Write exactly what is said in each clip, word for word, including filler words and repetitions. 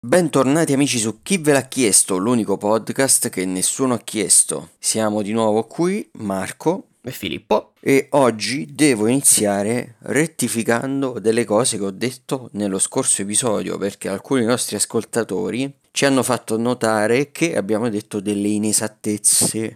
Bentornati amici su Chi ve l'ha chiesto, l'unico podcast che nessuno ha chiesto. Siamo di nuovo qui, Marco e Filippo, e oggi devo iniziare rettificando delle cose che ho detto nello scorso episodio, perché alcuni nostri ascoltatori ci hanno fatto notare che abbiamo detto delle inesattezze.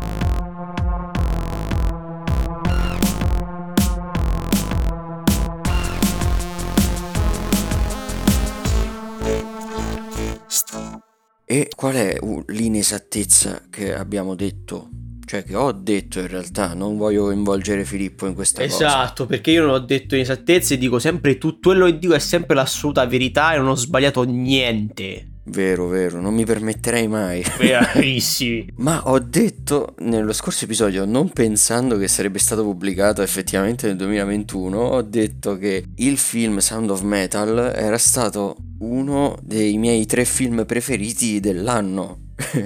E qual è uh, l'inesattezza che abbiamo detto? Cioè che ho detto in realtà, non voglio coinvolgere Filippo in questa esatto, cosa. Esatto, perché io non ho detto inesattezze, dico sempre tutto quello che dico è sempre l'assoluta verità e non ho sbagliato niente. Vero, vero, non mi permetterei mai. Verissimi. Ma ho detto nello scorso episodio, non pensando che sarebbe stato pubblicato effettivamente nel duemilaventuno, ho detto che il film Sound of Metal era stato uno dei miei tre film preferiti dell'anno.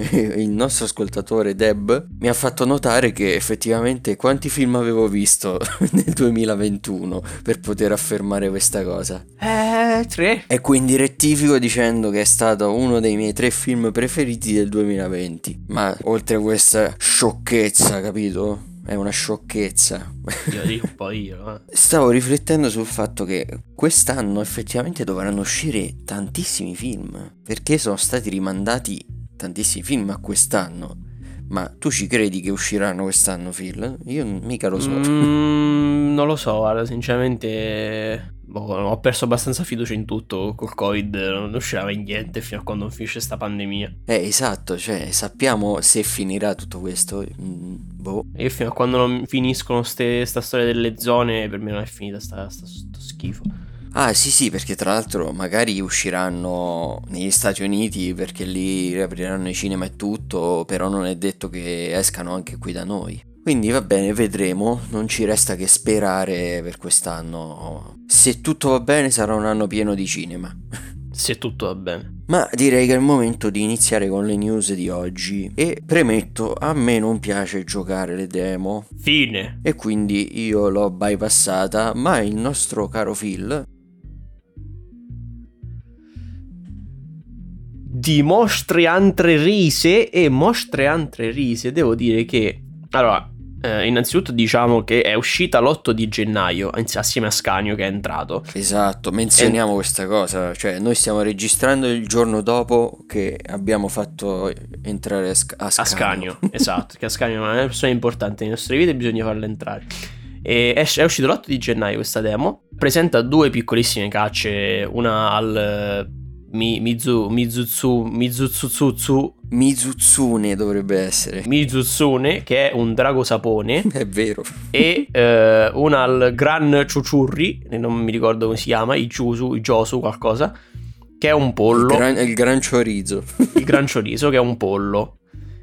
Il nostro ascoltatore Deb mi ha fatto notare che effettivamente quanti film avevo visto nel duemilaventuno per poter affermare questa cosa. Eh, tre. E quindi rettifico dicendo che è stato uno dei miei tre film preferiti del duemilaventi. Ma oltre a questa sciocchezza, capito? È una sciocchezza. Io dico un po' io, eh. Stavo riflettendo sul fatto che quest'anno effettivamente dovranno uscire tantissimi film, perché sono stati rimandati tantissimi film a quest'anno. Ma tu ci credi che usciranno quest'anno film? Io mica lo so. Mm, non lo so, guarda, sinceramente boh, ho perso abbastanza fiducia in tutto. Col Covid non uscirà mai niente fino a quando non finisce sta pandemia. Eh, esatto, cioè sappiamo se finirà tutto questo. Mm, boh. E fino a quando non finiscono ste, sta storia delle zone, per me non è finita sta, sta, sto schifo. Ah sì sì, perché tra l'altro magari usciranno negli Stati Uniti perché lì riapriranno i cinema e tutto, però non è detto che escano anche qui da noi. Quindi va bene, vedremo, non ci resta che sperare per quest'anno. Se tutto va bene sarà un anno pieno di cinema. Se tutto va bene. Ma direi che è il momento di iniziare con le news di oggi. E premetto, a me non piace giocare le demo. Fine. E quindi io l'ho bypassata, ma il nostro caro Phil... Di mostre altre rise e mostre altre rise, devo dire che allora eh, innanzitutto diciamo che è uscita l'otto di gennaio assieme a Scanio che è entrato. Esatto, menzioniamo e... questa cosa, cioè noi stiamo registrando il giorno dopo che abbiamo fatto entrare a, Sc- a Scanio. A Scanio, esatto, che a Scanio è una persona importante nei nostri video e bisogna farla entrare. E è, è uscito l'otto di gennaio questa demo, presenta due piccolissime cacce, una al... Mi, Mizu, Mizutsu, Mizutsuzutsu Mizutsune dovrebbe essere. Mizutsune, che è un drago sapone. È vero. E eh, una al Gran Ciuciurri, non mi ricordo come si chiama, Ijusu, Ijosu qualcosa, che è un pollo. Il gran, il gran chorizo. Il gran chorizo, che è un pollo.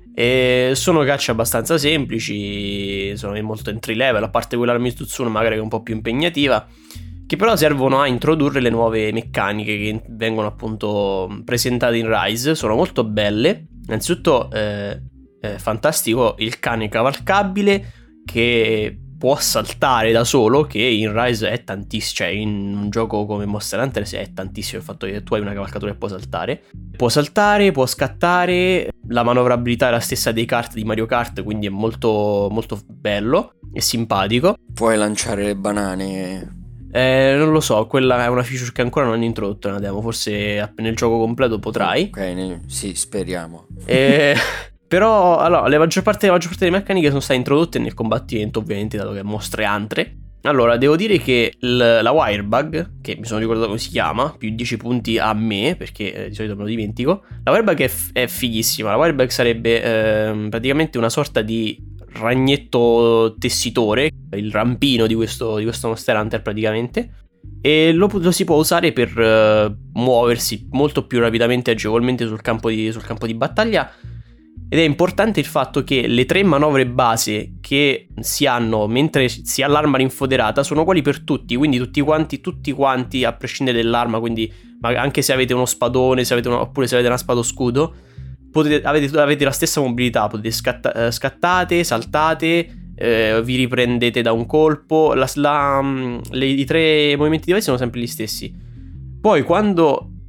E sono cacce abbastanza semplici, sono molto entry level, a parte quella al Mizutsune magari che è un po' più impegnativa, che però servono a introdurre le nuove meccaniche che vengono appunto presentate in Rise. Sono molto belle. Innanzitutto eh, è fantastico il cane cavalcabile che può saltare da solo, che in Rise è tantissimo, cioè in un gioco come Monster Hunter è tantissimo il fatto che tu hai una cavalcatura che può saltare. Può saltare, può scattare, la manovrabilità è la stessa dei kart di Mario Kart, quindi è molto, molto bello e simpatico. Puoi lanciare le banane... Eh, non lo so, quella è una feature che ancora non hanno introdotto nella demo, forse nel gioco completo potrai. Ok, ne... sì, speriamo. Eh, però, allora, la maggior parte, la maggior parte delle meccaniche sono state introdotte nel combattimento, ovviamente, dato che è mostre antre. Allora, devo dire che l- la Wirebug, che mi sono ricordato come si chiama, più dieci punti a me, perché eh, di solito me lo dimentico. La Wirebug è, f- è fighissima. La Wirebug sarebbe eh, praticamente una sorta di ragnetto tessitore, il rampino di questo, di questo Monster Hunter praticamente, e lo, lo si può usare per uh, muoversi molto più rapidamente e agevolmente sul campo, di, sul campo di battaglia. Ed è importante il fatto che le tre manovre base che si hanno mentre si ha l'arma rinfoderata sono uguali per tutti, quindi tutti quanti, tutti quanti a prescindere dall'arma, quindi anche se avete uno spadone, se avete uno, oppure se avete una spada scudo, potete, avete, avete la stessa mobilità, potete scatta, scattate, saltate, eh, vi riprendete da un colpo, la, la, le, i tre movimenti diversi sono sempre gli stessi. Poi quando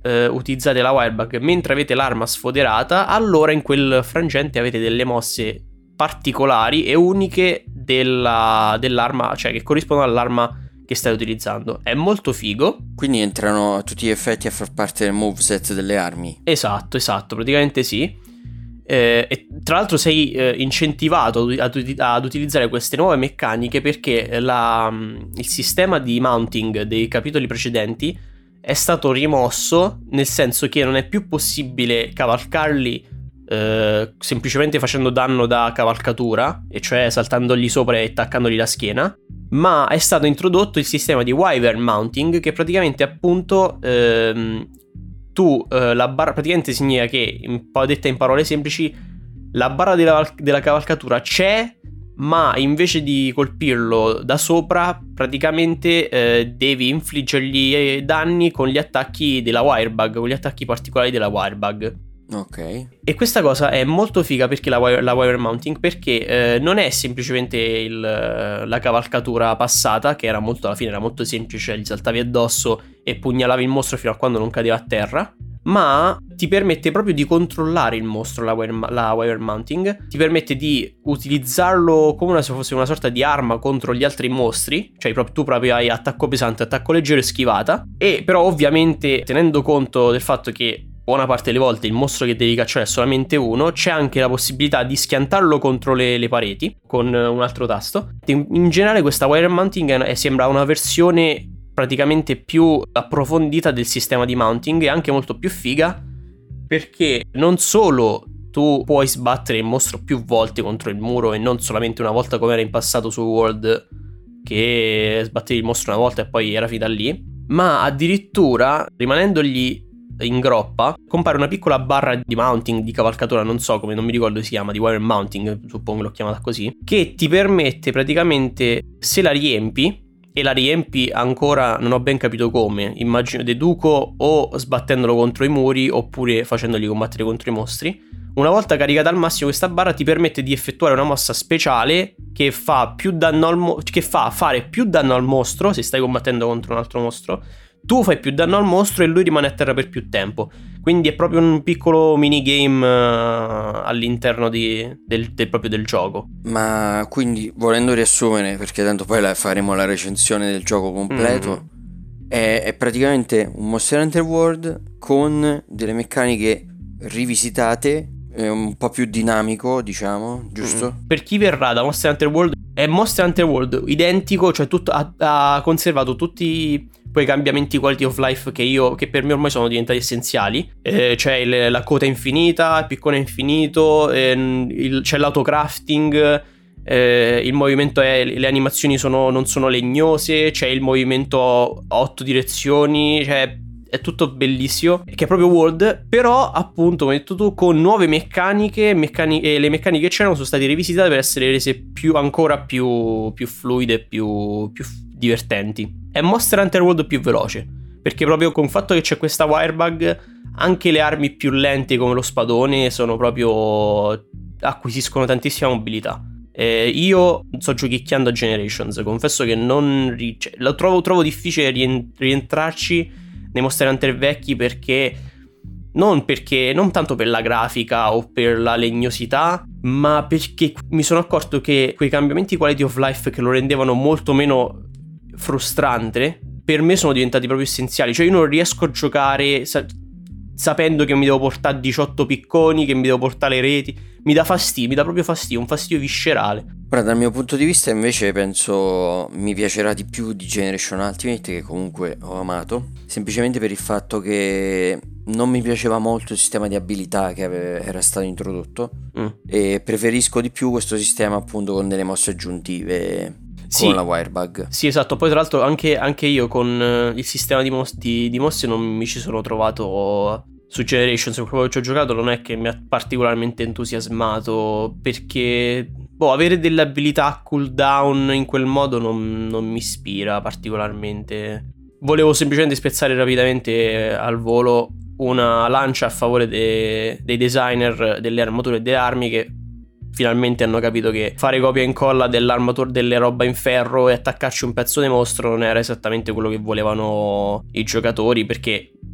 eh, utilizzate la wirebug mentre avete l'arma sfoderata, allora in quel frangente avete delle mosse particolari e uniche della, dell'arma, cioè che corrispondono all'arma che stai utilizzando. È molto figo. Quindi entrano a tutti gli effetti a far parte del moveset delle armi. Esatto, esatto, praticamente sì. Eh, e tra l'altro sei eh, incentivato ad, ad utilizzare queste nuove meccaniche perché la, il sistema di mounting dei capitoli precedenti è stato rimosso, nel senso che non è più possibile cavalcarli Uh, semplicemente facendo danno da cavalcatura, e cioè saltandogli sopra e attaccandogli la schiena, ma è stato introdotto il sistema di wyvern mounting, che praticamente appunto uh, tu uh, la barra praticamente significa che, un po' detta in parole semplici, la barra della, della cavalcatura c'è, ma invece di colpirlo da sopra praticamente uh, devi infliggergli danni con gli attacchi della wirebug, con gli attacchi particolari della wirebug. Ok. E questa cosa è molto figa perché la wire, la wire mounting, perché eh, non è semplicemente il, la cavalcatura passata, che era molto, alla fine era molto semplice, gli saltavi addosso e pugnalavi il mostro fino a quando non cadeva a terra, ma ti permette proprio di controllare il mostro. La wire, la wire mounting ti permette di utilizzarlo come se fosse una sorta di arma contro gli altri mostri, cioè proprio, tu proprio hai attacco pesante, attacco leggero e schivata, e però ovviamente tenendo conto del fatto che buona parte delle volte il mostro che devi cacciare è solamente uno, c'è anche la possibilità di schiantarlo contro le, le pareti con un altro tasto. In, in generale questa wire mounting è, sembra una versione praticamente più approfondita del sistema di mounting, e anche molto più figa, perché non solo tu puoi sbattere il mostro più volte contro il muro e non solamente una volta come era in passato su World, che sbattevi il mostro una volta e poi era finita lì, ma addirittura rimanendogli in groppa compare una piccola barra di mounting, di cavalcatura, non so come, non mi ricordo si chiama, di wire mounting, suppongo l'ho chiamata così, che ti permette praticamente, se la riempi, e la riempi ancora non ho ben capito come, immagino deduco o sbattendolo contro i muri oppure facendoli combattere contro i mostri, una volta caricata al massimo questa barra ti permette di effettuare una mossa speciale che fa più danno al mo- che fa fare più danno al mostro. Se stai combattendo contro un altro mostro, tu fai più danno al mostro e lui rimane a terra per più tempo. Quindi è proprio un piccolo minigame uh, all'interno di, del, del, proprio del gioco. Ma quindi, volendo riassumere, perché tanto poi la faremo la recensione del gioco completo, mm. è, è praticamente un Monster Hunter World con delle meccaniche rivisitate, un po' più dinamico, diciamo, giusto? Mm. Per chi verrà da Monster Hunter World, è Monster Hunter World identico, cioè tutto, ha, ha conservato tutti quei cambiamenti quality of life che io che per me ormai sono diventati essenziali. Eh, c'è il, la coda infinita, il piccone infinito, eh, il, c'è l'autocrafting, eh, il movimento è, le animazioni sono, non sono legnose, c'è il movimento a otto direzioni, cioè è tutto bellissimo, che è proprio World, però appunto come hai detto tu, con nuove meccaniche, meccaniche e le meccaniche che c'erano sono state rivisitate per essere rese più, ancora più, più fluide, più, più divertenti. È Monster Hunter World più veloce, perché proprio con il fatto che c'è questa wirebug, anche le armi più lente come lo spadone sono proprio, acquisiscono tantissima mobilità. Eh, io sto giochicchiando a Generations, confesso che non ri- cioè, lo trovo, trovo difficile rientrarci nei Monster Hunter vecchi, perché non perché non tanto per la grafica o per la legnosità, ma perché mi sono accorto che quei cambiamenti quality of life che lo rendevano molto meno frustrante per me sono diventati proprio essenziali. Cioè io non riesco a giocare sa- sapendo che mi devo portare diciotto picconi, che mi devo portare le reti. Mi dà fastidio, mi dà proprio fastidio, un fastidio viscerale. Ora, dal mio punto di vista invece penso mi piacerà di più di Generation Ultimate, che comunque ho amato, semplicemente per il fatto che non mi piaceva molto il sistema di abilità che ave- era stato introdotto, mm. e preferisco di più questo sistema appunto con delle mosse aggiuntive, sì, con la wirebug. Sì, esatto. Poi tra l'altro anche, anche io con il sistema di, mos- di, di mosse non mi ci sono trovato su Generations. Quello che ci ho giocato non è che mi ha particolarmente entusiasmato, perché boh, avere delle abilità cooldown in quel modo non, non mi ispira particolarmente. Volevo semplicemente spezzare rapidamente al volo una lancia a favore de- dei designer delle armature e delle armi, che finalmente hanno capito che fare copia e incolla dell'armatura, delle roba in ferro e attaccarci un pezzo di mostro non era esattamente quello che volevano i giocatori, perché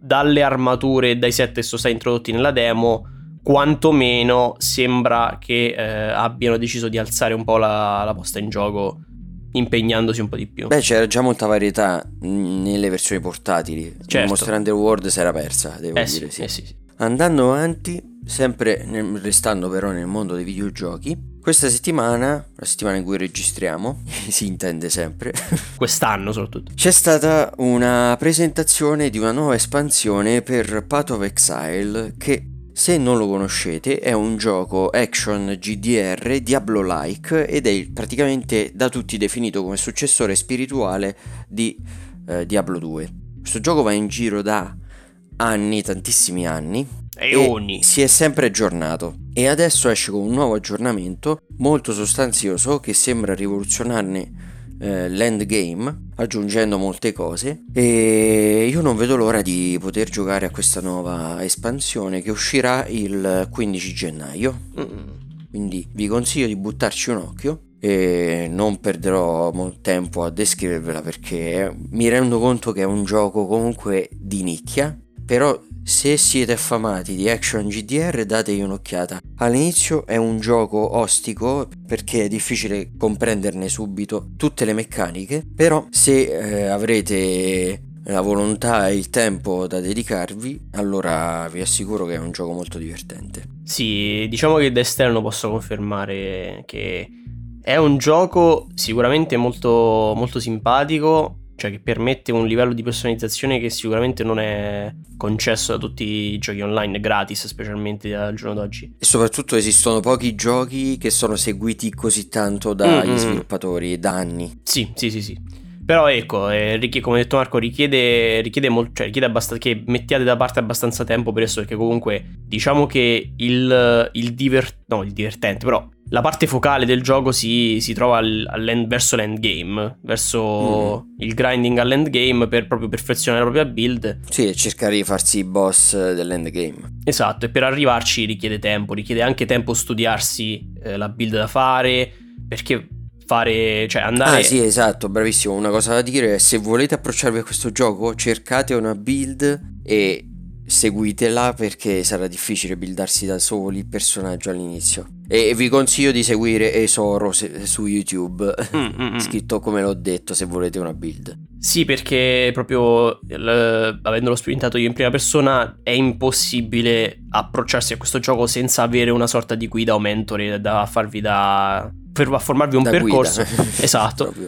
dalle armature e dai set che sono stati introdotti nella demo, quantomeno sembra che eh, abbiano deciso di alzare un po' la, la posta in gioco, impegnandosi un po' di più. Beh, c'era già molta varietà nelle versioni portatili. Certo. Monster Hunter World si era persa, devo eh dire, sì, sì. Eh sì, sì. Andando avanti, sempre nel, restando però nel mondo dei videogiochi, questa settimana, la settimana in cui registriamo, si intende sempre, quest'anno soprattutto, c'è stata una presentazione di una nuova espansione per Path of Exile che, se non lo conoscete, è un gioco action G D R Diablo-like ed è praticamente da tutti definito come successore spirituale di eh, Diablo due. Questo gioco va in giro da anni, tantissimi anni, Eoni. e si è sempre aggiornato e adesso esce con un nuovo aggiornamento molto sostanzioso che sembra rivoluzionarne eh, l'endgame, aggiungendo molte cose, e io non vedo l'ora di poter giocare a questa nuova espansione che uscirà il quindici gennaio. Mm. Quindi vi consiglio di buttarci un occhio e non perderò molto tempo a descrivervela, perché mi rendo conto che è un gioco comunque di nicchia, però se siete affamati di action G D R dategli un'occhiata. All'inizio è un gioco ostico perché è difficile comprenderne subito tutte le meccaniche, però se eh, avrete la volontà e il tempo da dedicarvi, allora vi assicuro che è un gioco molto divertente. Sì, diciamo che da esterno posso confermare che è un gioco sicuramente molto, molto simpatico, cioè che permette un livello di personalizzazione che sicuramente non è concesso da tutti i giochi online gratis, specialmente al giorno d'oggi. E soprattutto esistono pochi giochi che sono seguiti così tanto dagli Mm-mm. sviluppatori da anni. Sì, sì, sì, sì. Però ecco, eh, richiede, come ha detto Marco, richiede, richiede, mol- cioè, richiede abbastanza, che mettiate da parte abbastanza tempo per esso, perché comunque diciamo che il, il, diver- no, il divertente, però la parte focale del gioco si, si trova al, all'end- verso l'endgame, verso mm. il grinding all'endgame per proprio perfezionare la propria build. Sì, e cercare di farsi i boss dell'endgame. Esatto, e per arrivarci richiede tempo, richiede anche tempo studiarsi eh, la build da fare, perché fare, cioè andare... Ah sì, esatto, bravissimo. Una cosa da dire è: se volete approcciarvi a questo gioco, cercate una build e seguitela, perché sarà difficile buildarsi da soli il personaggio all'inizio. E vi consiglio di seguire Esoro se- su YouTube, Mm-mm. scritto come l'ho detto, se volete una build. Sì, perché proprio l- avendolo sperimentato io in prima persona è impossibile approcciarsi a questo gioco senza avere una sorta di guida o mentore da farvi da... per formarvi un Da percorso. guida. Esatto. Proprio.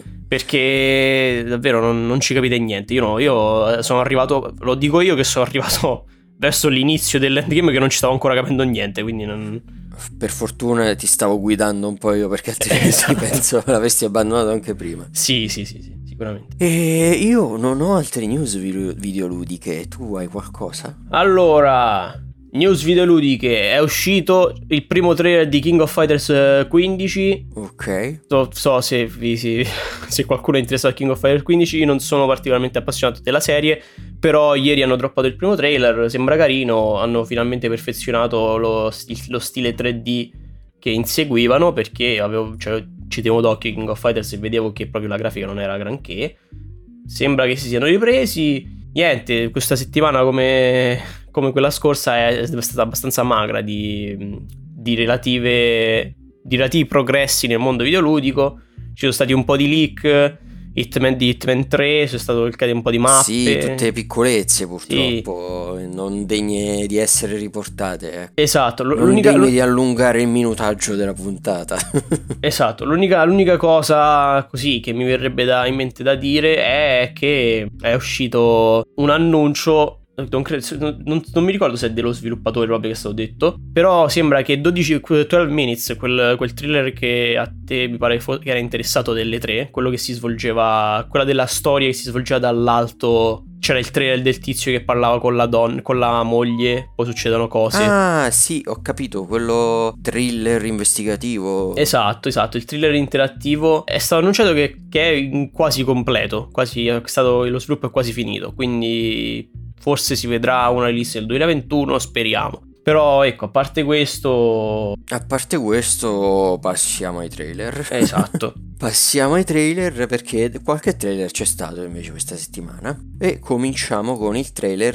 Perché davvero non, non ci capite niente. Io no, io sono arrivato, lo dico io che sono arrivato verso l'inizio dell'endgame che non ci stavo ancora capendo niente, quindi non... Per fortuna ti stavo guidando un po' io, perché altrimenti Esatto. penso l'avresti abbandonato anche prima. Sì, sì, sì, sì, sicuramente. E io non ho altre news video- videoludiche, tu hai qualcosa? Allora, news videoludiche, è uscito il primo trailer di King of Fighters quindici. Ok. So, so se, vi, si, se qualcuno è interessato a King of Fighters quindici, io non sono particolarmente appassionato della serie, però ieri hanno droppato il primo trailer, sembra carino, hanno finalmente perfezionato lo, st- lo stile tre D che inseguivano, perché avevo, cioè, ci tenevo d'occhio King of Fighters e vedevo che proprio la grafica non era granché. Sembra che si siano ripresi. Niente, questa settimana come, come quella scorsa è stata abbastanza magra di, di relative di relativi progressi nel mondo videoludico. Ci sono stati un po' di leak, Hitman di Hitman tre, c'è stato il cade un po' di mappe. Sì, tutte piccolezze purtroppo, sì, non degne di essere riportate. Eh. Esatto, l- non l'unica, degne l- di allungare il minutaggio della puntata. Esatto, l'unica, l'unica cosa così che mi verrebbe da, in mente da dire è che è uscito un annuncio. Non, credo, non, non mi ricordo se è dello sviluppatore proprio che è stato detto, però sembra che dodici dodici minutes, quel, quel thriller che a te mi pare che era interessato delle tre, quello che si svolgeva, quella della storia che si svolgeva dall'alto, c'era il trailer del tizio che parlava con la donna, con la moglie, poi succedono cose. Ah sì, ho capito, quello thriller investigativo. Esatto, esatto, il thriller interattivo è stato annunciato che, che è quasi completo, quasi è stato, lo sviluppo è quasi finito, quindi forse si vedrà una release del duemilaventuno, speriamo. Però ecco, a parte questo... A parte questo, passiamo ai trailer. Esatto. Passiamo ai trailer, perché qualche trailer c'è stato invece questa settimana. E cominciamo con il trailer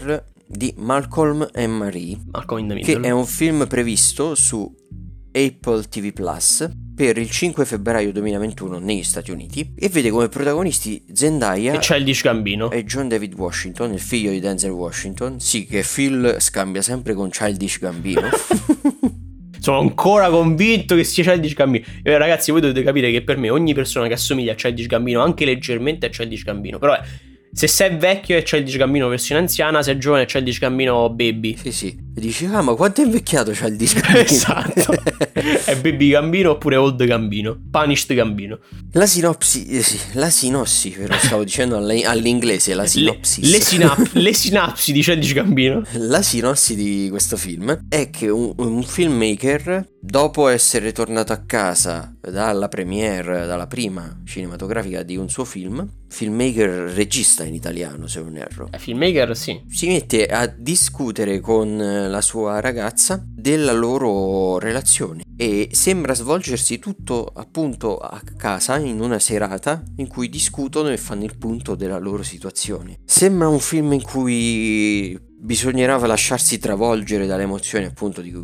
di Malcolm and Marie, Malcolm in the che Middle. è un film previsto su Apple T V Plus per il cinque febbraio duemilaventuno negli Stati Uniti e vede come protagonisti Zendaya E Childish Gambino. e John David Washington, il figlio di Denzel Washington. Sì, che Phil scambia sempre con Childish Gambino. Sono ancora convinto che sia Childish Gambino. Eh, ragazzi, voi dovete capire che per me ogni persona che assomiglia a Childish Gambino, anche leggermente, è Childish Gambino. Però è, se sei vecchio è Childish Gambino versione anziana, se è giovane è Childish Gambino baby. Sì, sì. E dici, ah, ma quanto è invecchiato Childish Gambino? Esatto. È baby Gambino oppure old Gambino. Punished Gambino. La sinopsi, eh sì, la sinossi, però stavo dicendo alle- all'inglese, la sinopsis. Le, le, sinap- le sinapsi di Childish Gambino. La sinossi di questo film è che un, un filmmaker, dopo essere tornato a casa dalla premiere, dalla prima cinematografica di un suo film, filmmaker regista in italiano se non erro, È filmmaker, sì. si mette a discutere con la sua ragazza della loro relazione e sembra svolgersi tutto appunto a casa in una serata in cui discutono e fanno il punto della loro situazione. Sembra un film in cui bisognerà lasciarsi travolgere dalle emozioni appunto di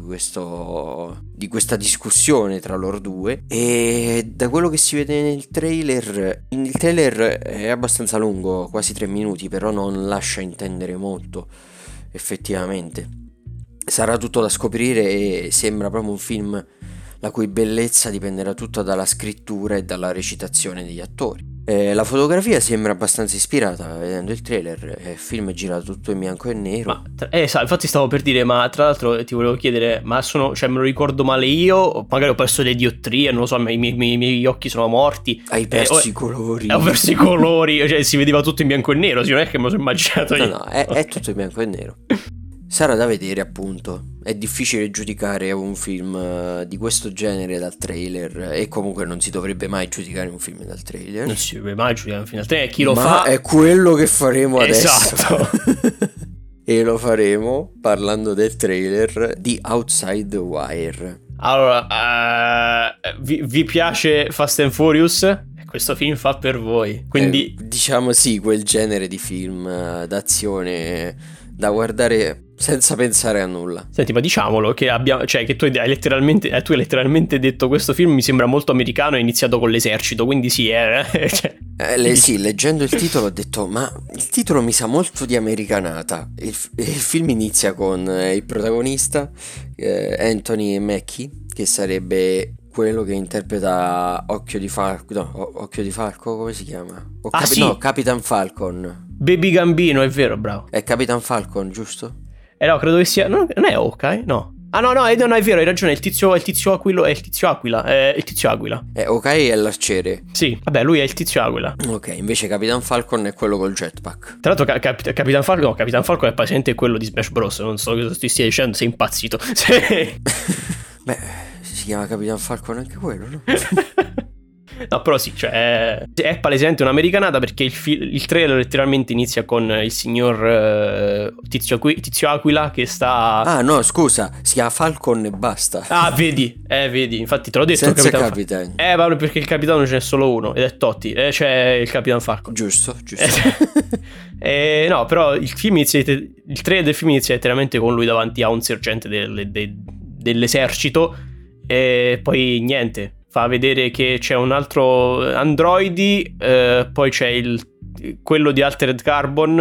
questo di questa discussione tra loro due, e da quello che si vede nel trailer il trailer è abbastanza lungo, quasi tre minuti, però non lascia intendere molto effettivamente. Sarà tutto da scoprire e sembra proprio un film la cui bellezza dipenderà tutta dalla scrittura e dalla recitazione degli attori. Eh, la fotografia sembra abbastanza ispirata, vedendo il trailer, il film è girato tutto in bianco e nero. Ma tra- eh, sa, infatti stavo per dire, ma tra l'altro ti volevo chiedere, ma sono, cioè me lo ricordo male io? O magari ho perso le diottrie, non lo so, i miei, i miei- i miei occhi sono morti. Hai perso eh, i colori. Eh, ho perso i colori, cioè si vedeva tutto in bianco e nero, sì, non è che me lo sono immaginato No, io. no, è, è tutto in bianco e nero. Sarà da vedere appunto. È difficile giudicare un film eh, di questo genere dal trailer, e comunque non si dovrebbe mai giudicare un film dal trailer. Non si deve mai giudicare un film al trailer, chi lo Ma fa è quello che faremo Esatto. adesso. E lo faremo parlando del trailer di Outside the Wire. Allora, eh, vi, vi piace Fast and Furious? Questo film fa per voi. Quindi Eh, diciamo sì, quel genere di film eh, d'azione da guardare senza pensare a nulla. senti, ma diciamolo che abbiamo, cioè che tu hai letteralmente, eh, tu hai letteralmente detto questo film mi sembra molto americano, è iniziato con l'esercito, quindi sì, eh, cioè, Eh, le- sì, leggendo il titolo ho detto, ma il titolo mi sa molto di americanata. Il, f- il film inizia con eh, il protagonista eh, Anthony Mackie, che sarebbe quello che interpreta Occhio di Falco, no, O- Occhio di Falco, come si chiama? O Ah, sì. No, Capitan Falcon. Baby Gambino, è vero, bravo. È Capitan Falcon, giusto? Eh no, credo che sia, no, non è Hawkeye, no. Ah no, no, eh, no, no, è vero, hai ragione, è il tizio, è il tizio Aquilo, è il tizio Aquila, è il tizio Aquila. Eh, ok, è l'arciere. Sì, vabbè, lui è il tizio Aquila. Ok, invece Capitan Falcon è quello col jetpack. Tra l'altro Ca- Cap- Capitan Falcon, no, Capitan Falcon è presente quello di Smash Bros, non so cosa ti stia dicendo, sei impazzito. Sì. Beh, si chiama Capitan Falcon anche quello, no? No, però sì, cioè è, è palesemente un'americanata perché il, fi- il trailer letteralmente inizia con il signor eh, tizio, Aqu- tizio Aquila che sta... Ah, no, scusa, si chiama Falcon e basta. Ah, vedi, eh, vedi, infatti te l'ho detto. Senza Capitan Fa- Capitan. Eh, ma perché il capitano ce n'è solo uno ed è Totti, eh, c'è il Capitan Falcon. Giusto, giusto. Eh, no, però il film inizia, il trailer del film inizia letteralmente con lui davanti a un sergente del- de- dell'esercito e poi niente, fa vedere che c'è un altro androidi, eh, poi c'è il, quello di Altered Carbon,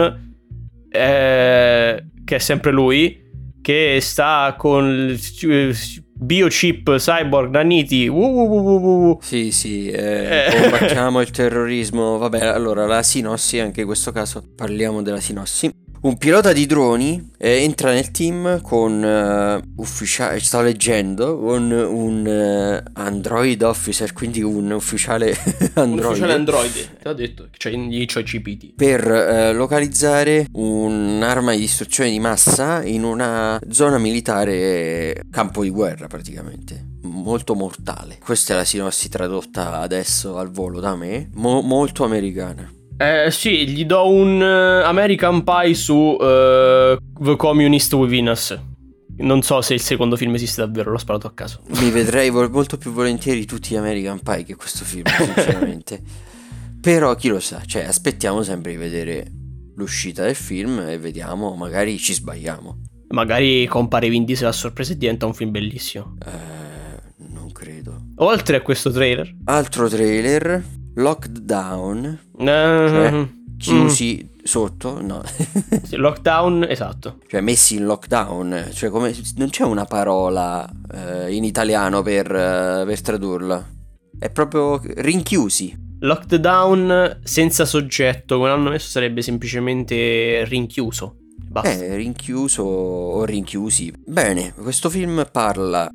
eh, che è sempre lui, che sta con il biochip cyborg naniti. Uh, uh, uh, uh, uh. Sì, sì, eh, combattiamo il terrorismo. Vabbè, allora la sinossi, anche in questo caso parliamo della sinossi. Un pilota di droni eh, entra nel team con uh, ufficiale, sto leggendo, con un uh, android officer, quindi un ufficiale android. Un ufficiale androide, te l'ho detto, cioè gli c'ho i C P T. Per uh, localizzare un'arma di distruzione di massa in una zona militare, campo di guerra praticamente. Molto mortale. Questa è la sinossi tradotta adesso al volo da me, mo- molto americana. Eh sì, gli do un uh, American Pie su uh, The Communist Within Us. Non so se il secondo film esiste davvero, l'ho sparato a caso. Mi vedrei vol- molto più volentieri tutti gli American Pie che questo film, sinceramente. Però chi lo sa, cioè aspettiamo sempre di vedere l'uscita del film e vediamo, magari ci sbagliamo. Magari compare Vin Diesel a sorpresa e diventa un film bellissimo. Eh, non credo. Oltre a questo trailer, altro trailer, Locked Down, uh, cioè chiusi mm. sotto, no. Sì, lockdown, esatto. Cioè messi in lockdown, cioè come non c'è una parola eh, in italiano per, eh, per tradurla. È proprio rinchiusi. Locked down senza soggetto, come l'hanno messo sarebbe semplicemente rinchiuso. Basta. Eh, rinchiuso o rinchiusi. Bene, questo film parla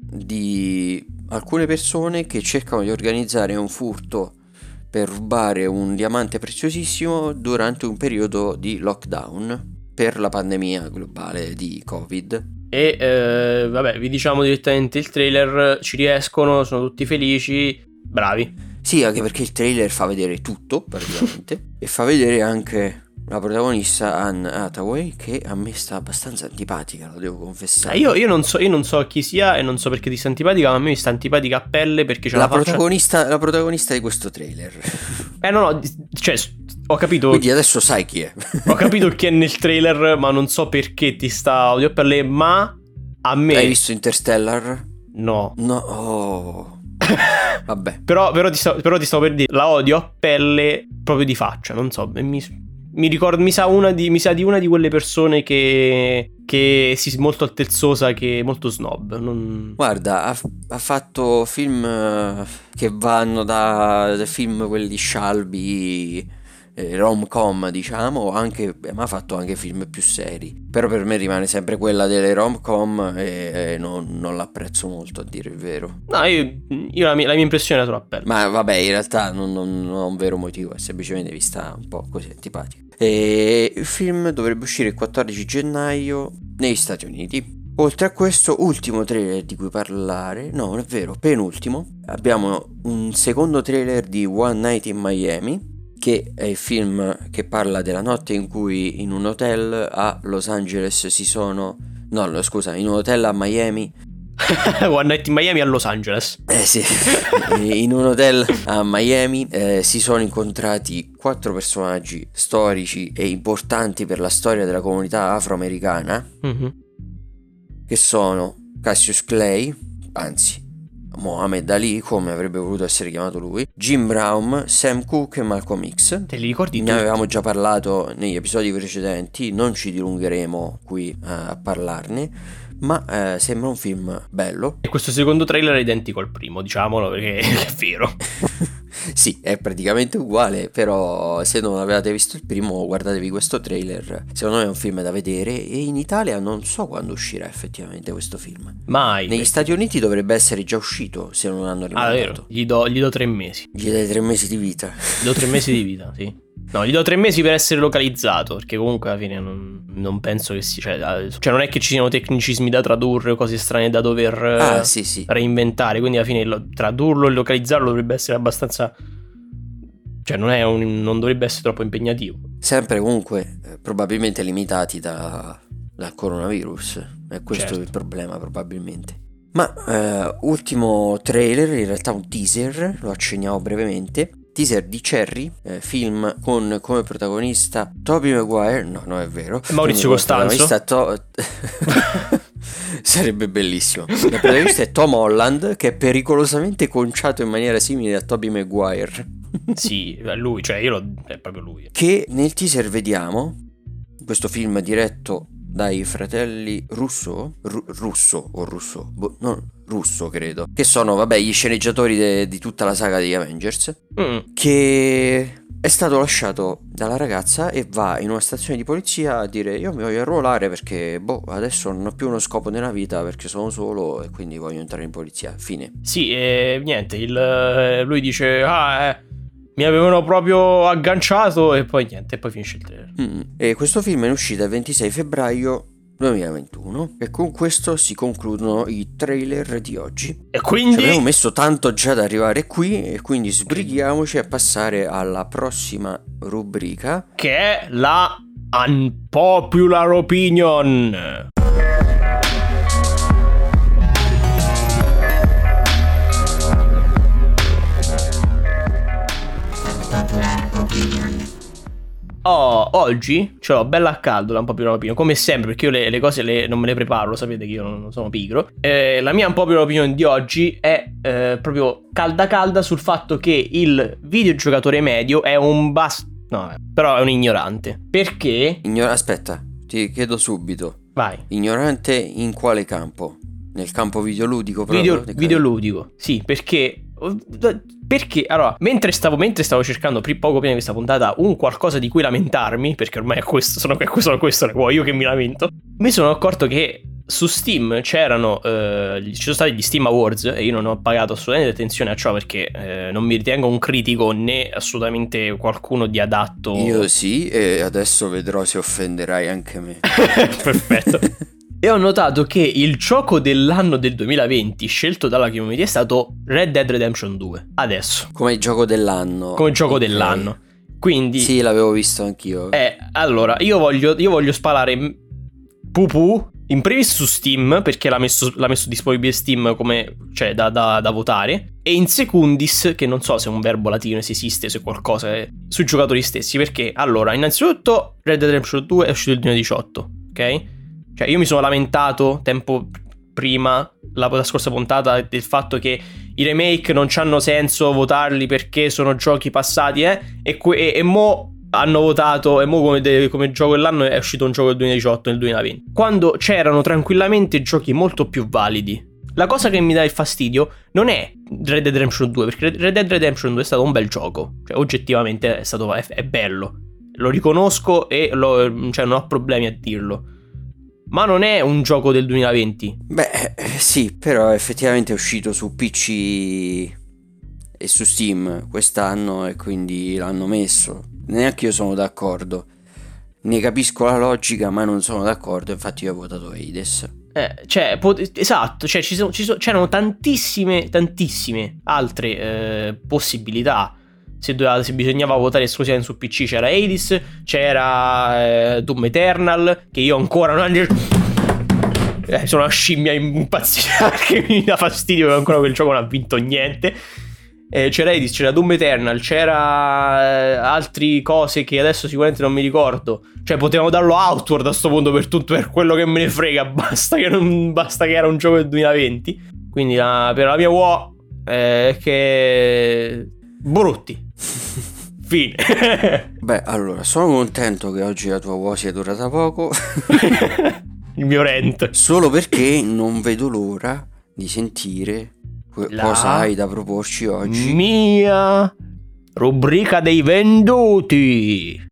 di alcune persone che cercano di organizzare un furto per rubare un diamante preziosissimo durante un periodo di lockdown per la pandemia globale di Covid. E eh, vabbè, vi diciamo direttamente il trailer, ci riescono, sono tutti felici, bravi. Sì, anche perché il trailer fa vedere tutto praticamente e fa vedere anche la protagonista Anne Hathaway, che a me sta abbastanza antipatica, lo devo confessare. Eh, io, io, non so, io non so chi sia e non so perché ti sta antipatica, ma a me mi sta antipatica a pelle perché c'è la, la faccia... protagonista, la protagonista di questo trailer. Eh no, no, cioè, ho capito... Quindi adesso sai chi è. Ho capito chi è nel trailer, ma non so perché ti sta odio a pelle, ma a me... Hai visto Interstellar? No. No, oh... Vabbè. Però, però, ti sto, però ti stavo per dire, la odio a pelle proprio di faccia, non so, mi... Mi ricordo, mi sa, una di, mi sa di una di quelle persone che, che si molto altezzosa, che è molto snob. Non... Guarda, ha, ha fatto film uh, che vanno da, da film quelli scialbi, eh, rom-com diciamo, anche, ma ha fatto anche film più seri. Però per me rimane sempre quella delle rom-com e, e non, non l'apprezzo molto, a dire il vero. No, io, io la, mia, la mia impressione è la tua pelle. Ma vabbè, in realtà non, non, non ho un vero motivo, è semplicemente vi sta un po' così antipatico. E il film dovrebbe uscire il quattordici gennaio negli Stati Uniti. Oltre a questo ultimo trailer di cui parlare, no non è vero, penultimo, abbiamo un secondo trailer di One Night in Miami, che è il film che parla della notte in cui in un hotel a Los Angeles si sono... No, scusa, in un hotel a Miami... One Night in Miami a Los Angeles. Eh sì, in un hotel a Miami eh, si sono incontrati quattro personaggi storici e importanti per la storia della comunità afroamericana, mm-hmm. che sono Cassius Clay, anzi Muhammad Ali, come avrebbe voluto essere chiamato lui, Jim Brown, Sam Cooke e Malcolm X. Te li ricordi? Ne avevamo già parlato negli episodi precedenti, non ci dilungheremo qui uh, a parlarne, ma eh, sembra un film bello. E questo secondo trailer è identico al primo, diciamolo, perché è vero. Sì, è praticamente uguale, però se non avevate visto il primo guardatevi questo trailer. Secondo me è un film da vedere e in Italia non so quando uscirà effettivamente questo film. Mai. Negli Stati Uniti dovrebbe essere già uscito, se non hanno rimandato. Ah, vero. Gli do, gli do tre mesi. Gli dai tre mesi di vita. Gli do tre mesi di vita, sì. No, gli do tre mesi per essere localizzato, perché comunque alla fine non, non penso che sia... Cioè, cioè non è che ci siano tecnicismi da tradurre o cose strane da dover ah, uh, sì, sì. reinventare, quindi alla fine lo, tradurlo e localizzarlo dovrebbe essere abbastanza... Cioè non, è un, non dovrebbe essere troppo impegnativo. Sempre comunque eh, probabilmente limitati da, dal coronavirus. È questo certo. Il problema probabilmente. Ma eh, ultimo trailer, in realtà un teaser, lo accenniamo brevemente. Teaser di Cherry, eh, film con come protagonista Tobey Maguire. No, non è vero. Maurizio Costanzo. To- Sarebbe bellissimo. Il protagonista è Tom Holland, che è pericolosamente conciato in maniera simile a Tobey Maguire. Sì, lui, cioè io lo... è proprio lui. Che nel teaser vediamo questo film diretto dai fratelli Russo, Ru- Russo o Russo, boh, no, Russo credo, che sono vabbè gli sceneggiatori de- di tutta la saga degli Avengers, mm. che è stato lasciato dalla ragazza e va in una stazione di polizia a dire io mi voglio arruolare perché boh adesso non ho più uno scopo nella vita perché sono solo e quindi voglio entrare in polizia, fine. Sì, e niente, il, lui dice ah eh mi avevano proprio agganciato e poi niente, e poi finisce il trailer. Mm. E questo film è in uscita il ventisei febbraio duemilaventuno e con questo si concludono i trailer di oggi. E quindi ci abbiamo messo tanto già ad arrivare qui e quindi sbrighiamoci a passare alla prossima rubrica, che è la Unpopular Opinion. Oh, oggi ce l'ho bella a caldo, la un po' più opinione, come sempre, perché io le, le cose le, non me le preparo, lo sapete che io non, non sono pigro. Eh, la mia un po' più opinione di oggi è eh, proprio calda calda sul fatto che il videogiocatore medio è un bas... no, però è un ignorante. Perché? Ignor- Aspetta, ti chiedo subito. Vai. Ignorante in quale campo? Nel campo videoludico proprio? Video, videoludico, sì, perché... Perché, allora, mentre stavo, mentre stavo cercando pri- poco prima di questa puntata un qualcosa di cui lamentarmi, perché ormai è questo, sono, sono questo ne vuoi, io che mi lamento, mi sono accorto che su Steam c'erano, eh, ci sono stati gli Steam Awards e io non ho pagato assolutamente attenzione a ciò perché eh, non mi ritengo un critico né assolutamente qualcuno di adatto. Io sì, e adesso vedrò se offenderai anche me. Perfetto. E ho notato che il gioco dell'anno del duemilaventi scelto dalla community è stato Red Dead Redemption due. Adesso. Come gioco dell'anno. Come gioco Okay. dell'anno. Quindi... Sì, l'avevo visto anch'io. Eh, allora, io voglio, io voglio spalare pupù in primis su Steam, perché l'ha messo, l'ha messo disponibile Steam come, cioè, da, da, da votare. E in secundis, che non so se è un verbo latino, se esiste, se è qualcosa, eh, sui giocatori stessi. Perché, allora, innanzitutto Red Dead Redemption due è uscito nel duemiladiciotto, ok? Cioè io mi sono lamentato tempo prima, la, la scorsa puntata, del fatto che i remake non c'hanno senso votarli perché sono giochi passati, eh? E, que- e, e mo hanno votato, e mo come, de- come gioco dell'anno è uscito un gioco del duemiladiciotto nel duemilaventi, quando c'erano tranquillamente giochi molto più validi. La cosa che mi dà il fastidio non è Red Dead Redemption due, perché Red Dead Redemption due è stato un bel gioco, cioè oggettivamente è stato è, è bello, lo riconosco e lo, cioè, non ho problemi a dirlo. Ma non è un gioco del duemilaventi. Beh, sì, però effettivamente è uscito su P C e su Steam quest'anno e quindi l'hanno messo. Neanche io sono d'accordo. Ne capisco la logica, ma non sono d'accordo, infatti io ho votato Hades. Eh, cioè, pot- esatto, cioè ci sono, ci sono, c'erano tantissime, tantissime altre eh, possibilità. Se, doveva, se bisognava votare esclusivamente su P C c'era Hades, c'era eh, Doom Eternal, che io ancora non... Eh, sono una scimmia impazzita che mi dà fastidio che ancora quel gioco non ha vinto niente. Eh, c'era Hades, c'era Doom Eternal, c'era eh, altre cose che adesso sicuramente non mi ricordo. Cioè potevamo darlo Outward a sto punto per tutto, per quello che me ne frega, basta che, non, basta che era un gioco del duemilaventi. Quindi la, per la mia U O è eh, che... brutti. Fine. Beh, allora, sono contento che oggi la tua U O sia durata poco. Il mio rent. Solo perché non vedo l'ora di sentire que- La cosa hai da proporci oggi. Mia rubrica dei venduti.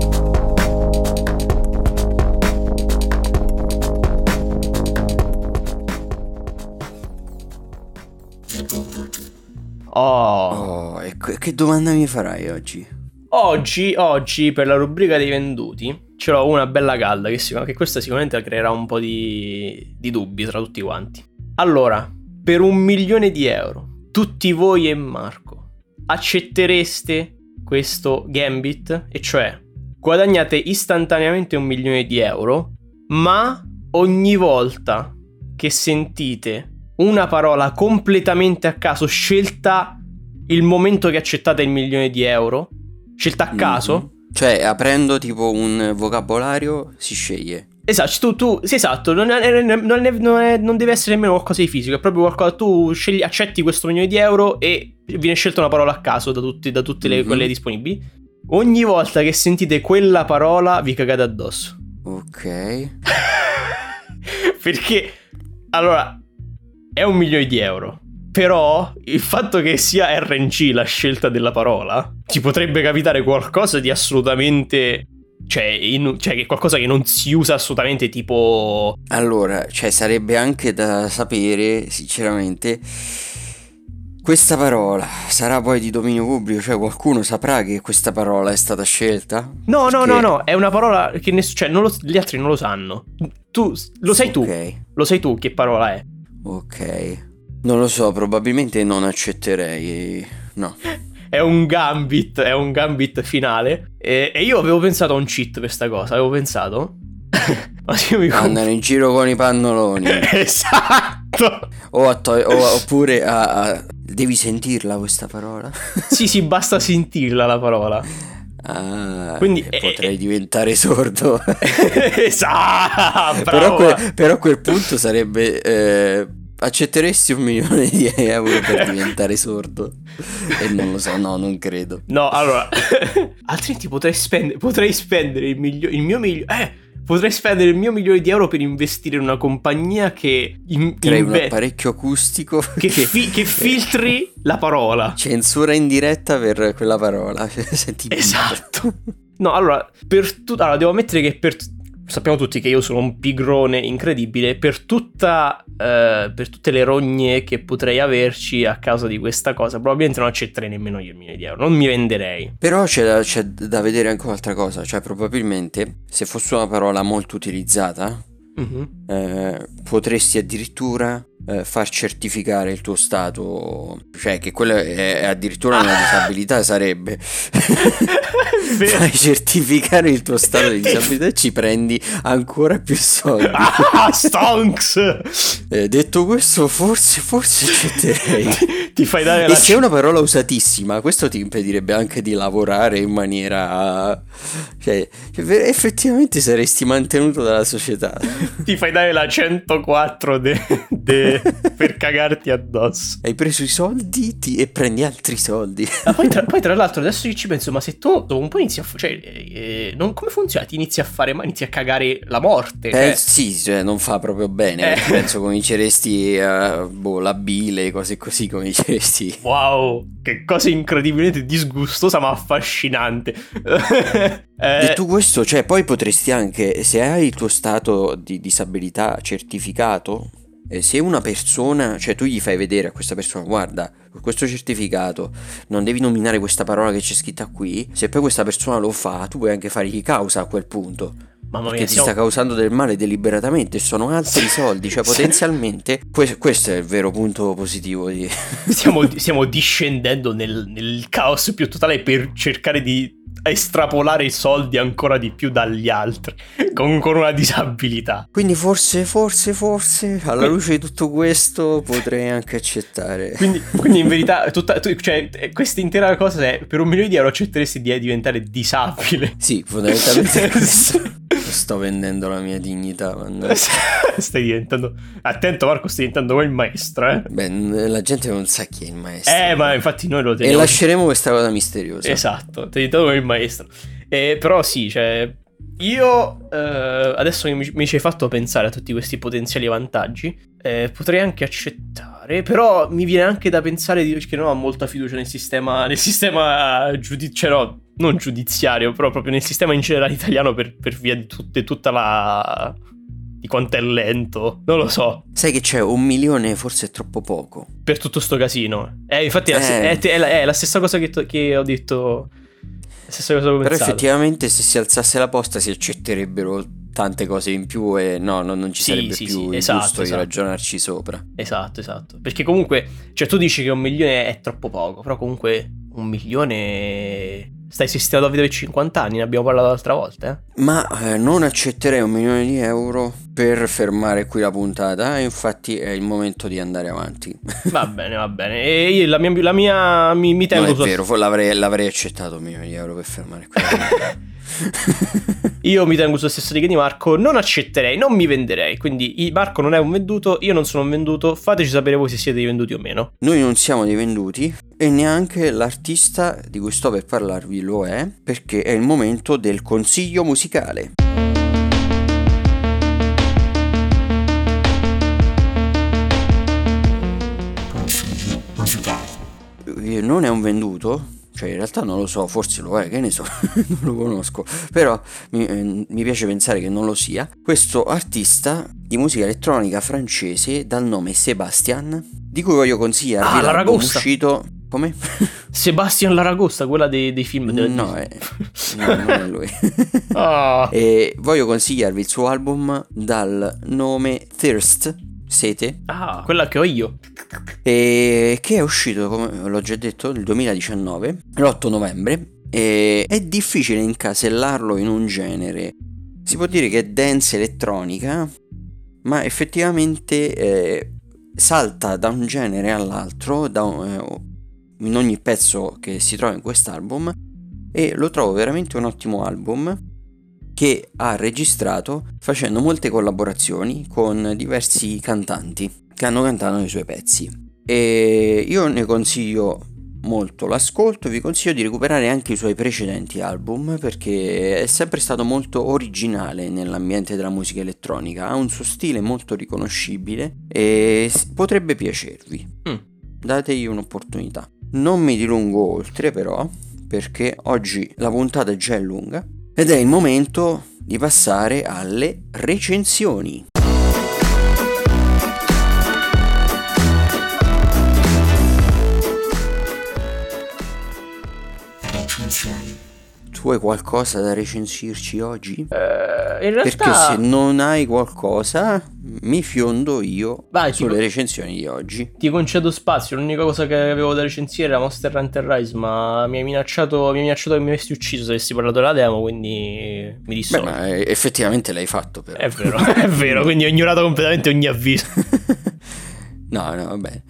Oh. Oh, e que- che domanda mi farai oggi? Oggi, oggi per la rubrica dei venduti ce l'ho una bella calda che, sicur- che questa sicuramente creerà un po' di, di dubbi tra tutti quanti. Allora, per un milione di euro, tutti voi e Marco accettereste questo gambit? E cioè, guadagnate istantaneamente un milione di euro, ma ogni volta che sentite una parola completamente a caso, scelta il momento che accettate il milione di euro, scelta a caso. Mm-hmm. Cioè, aprendo tipo un vocabolario, si sceglie. Esatto, tu, tu sì, esatto, non, è, non, è, non, è, non deve essere nemmeno qualcosa di fisico, è proprio qualcosa, tu scegli, accetti questo milione di euro e viene scelta una parola a caso da, tutti, da tutte le, mm-hmm. quelle disponibili. Ogni volta che sentite quella parola vi cagate addosso. Ok. Perché, allora... è un milione di euro. Però il fatto che sia R N G la scelta della parola, ti potrebbe capitare qualcosa di assolutamente... Cioè, in, cioè che qualcosa che non si usa assolutamente, tipo... Allora, cioè sarebbe anche da sapere, sinceramente, questa parola sarà poi di dominio pubblico? Cioè qualcuno saprà che questa parola è stata scelta? No, Perché... no, no, no, è una parola che ness- cioè, non lo, gli altri non lo sanno. Tu, lo sai tu, okay. Lo sai tu che parola è. Ok, non lo so, probabilmente non accetterei, no. È un gambit, è un gambit finale. E, e io avevo pensato a un cheat per sta cosa, avevo pensato. Ma io mi comp- andare in giro con i pannoloni. Esatto. O a to- o, oppure a, a... devi sentirla questa parola? Sì, sì, basta sentirla la parola. Ah, Quindi e eh, potrei eh, diventare sordo. esatto, Però, a bravo. que- però a quel punto sarebbe... eh, accetteresti un milione di euro per diventare sordo? E non lo so, no, non credo. No, allora, altrimenti potrei spendere, potrei spendere il, miglio- il mio milione, eh, potrei spendere il mio milione di euro per investire in una compagnia che, in- Crei un inve- apparecchio acustico che, che, fi- che filtri la parola. censura in diretta per quella parola. Senti, Esatto. No, allora, per tutto, allora, devo ammettere che per t- sappiamo tutti che io sono un pigrone incredibile. Per tutta eh, per tutte le rogne che potrei averci a causa di questa cosa, probabilmente non accetterei nemmeno io il milione di euro. Non mi venderei. Però c'è da, c'è da vedere anche un'altra cosa, cioè probabilmente se fosse una parola molto utilizzata, Mhm. eh, potresti addirittura eh, far certificare il tuo stato, cioè che quella è, è addirittura una disabilità sarebbe. Vero. Fai certificare il tuo stato di disabilità e ci prendi ancora più soldi. Ah, stonks! Eh, detto questo, forse, forse accetterei. ti, ti fai dare E la se è una parola usatissima, questo ti impedirebbe anche di lavorare in maniera... Cioè, cioè, effettivamente saresti mantenuto dalla società. ti fai dare la centoquattro de, de- per cagarti addosso. Hai preso i soldi ti- e prendi altri soldi. Ma poi tra, poi tra l'altro adesso che ci penso, ma se tu dopo un po' inizi a fa- cioè eh, non, come funziona? Ti inizi a fare, ma inizi a cagare la morte, Eh cioè. sì, cioè, non fa proprio bene, Eh. perché penso cominceresti a... boh, la bile, cose così cominceresti. Wow, che cosa incredibilmente disgustosa ma affascinante. Eh, Detto questo, cioè, poi potresti anche, se hai il tuo stato di disabilità certificato, eh, se una persona, cioè tu gli fai vedere a questa persona, guarda, con questo certificato non devi nominare questa parola che c'è scritta qui, se poi questa persona lo fa, tu puoi anche fargli causa a quel punto. mamma Perché mia, ti siamo, sta causando del male deliberatamente, sono altri soldi, cioè potenzialmente que- questo è il vero punto positivo di... stiamo, stiamo discendendo nel, nel caos più totale per cercare di estrapolare i soldi ancora di più dagli altri con, con una disabilità. Quindi forse, forse, forse, alla luce di tutto questo potrei anche accettare. Quindi, quindi in verità, tutta, tu- cioè, questa intera cosa è per un milione di euro accetteresti di diventare disabile. Sì, fondamentalmente questo. Sto vendendo la mia dignità, man. Stai diventando. Attento, Marco, stai diventando come il maestro, eh? Beh, la gente non sa chi è il maestro. Eh, ma infatti noi lo E teniamo. lasceremo questa cosa misteriosa. Esatto, stai diventando come il maestro. Eh, però sì, cioè. Io eh, adesso che mi, mi ci hai fatto pensare a tutti questi potenziali vantaggi, eh, potrei anche accettare, però mi viene anche da pensare di- che non ho molta fiducia nel sistema, nel sistema giudiziario, cioè no, non giudiziario, però proprio nel sistema in generale italiano per, per via di tutte, tutta la... di quanto è lento, non lo so, Sai che c'è un milione, forse è troppo poco. per tutto sto casino. Eh, infatti è, la, Eh. è- è la- è la stessa cosa che, to- che ho detto, la stessa cosa che ho Però pensato. effettivamente se si alzasse la posta si accetterebbe tante cose in più e no, no, non ci Sì, sarebbe sì, più sì, il esatto, gusto di esatto. ragionarci sopra. Esatto, esatto. Perché comunque, cioè tu dici che un milione è troppo poco, però comunque un milione... Stai sistemato a vita per cinquanta anni, ne abbiamo parlato l'altra volta, eh? Ma eh, non accetterei un milione di euro per fermare qui la puntata, e infatti è il momento di andare avanti. Va bene, va bene. E io la mia, la mia mi, mi tengo Non è su- vero, fo- l'avrei, l'avrei accettato un milione di euro per fermare qui la puntata. Io mi tengo sulla stessa riga di Marco, non accetterei, non mi venderei. Quindi i- Marco non è un venduto, io non sono un venduto, fateci sapere voi se siete dei venduti o meno. Noi non siamo dei venduti e neanche l'artista di cui sto per parlarvi lo è, perché è il momento del consiglio musicale. Eh, Non è un venduto, cioè in realtà non lo so, forse lo è, che ne so, non lo conosco, però mi, eh, mi piace pensare che non lo sia. Questo artista di musica elettronica francese dal nome Sebastian, di cui voglio consigliarvi Ah, l'album l'Aragosta. uscito... Come? Sebastian Laragosta, quella dei, dei film della No, Disney. è... no, non è lui. Ah. E voglio consigliarvi il suo album dal nome Thirst, sete, Ah, quella che ho io. e che è uscito, come l'ho già detto, nel duemiladiciannove, l'otto novembre, e è difficile incasellarlo in un genere. Si può dire che è dance elettronica, ma effettivamente eh, salta da un genere all'altro, da un, eh, in ogni pezzo che si trova in quest'album, e lo trovo veramente un ottimo album che ha registrato facendo molte collaborazioni con diversi cantanti che hanno cantato nei suoi pezzi, e io ne consiglio molto l'ascolto. Vi consiglio di recuperare anche i suoi precedenti album, perché è sempre stato molto originale nell'ambiente della musica elettronica, ha un suo stile molto riconoscibile e potrebbe piacervi. Mm. Dategli un'opportunità. Non mi dilungo oltre però, perché oggi la puntata già è lunga ed è il momento di passare alle recensioni. Tu hai qualcosa da recensirci oggi? Uh, in realtà... Perché se non hai qualcosa, mi fiondo io Vai, sulle ti... recensioni di oggi. Ti concedo spazio. L'unica cosa che avevo da recensire era Monster Hunter Rise, ma mi hai minacciato, mi hai minacciato che mi avresti ucciso se avessi parlato della demo, quindi mi dissocio. Beh, ma effettivamente l'hai fatto però. È vero, è vero, quindi ho ignorato completamente ogni avviso. No, no, vabbè.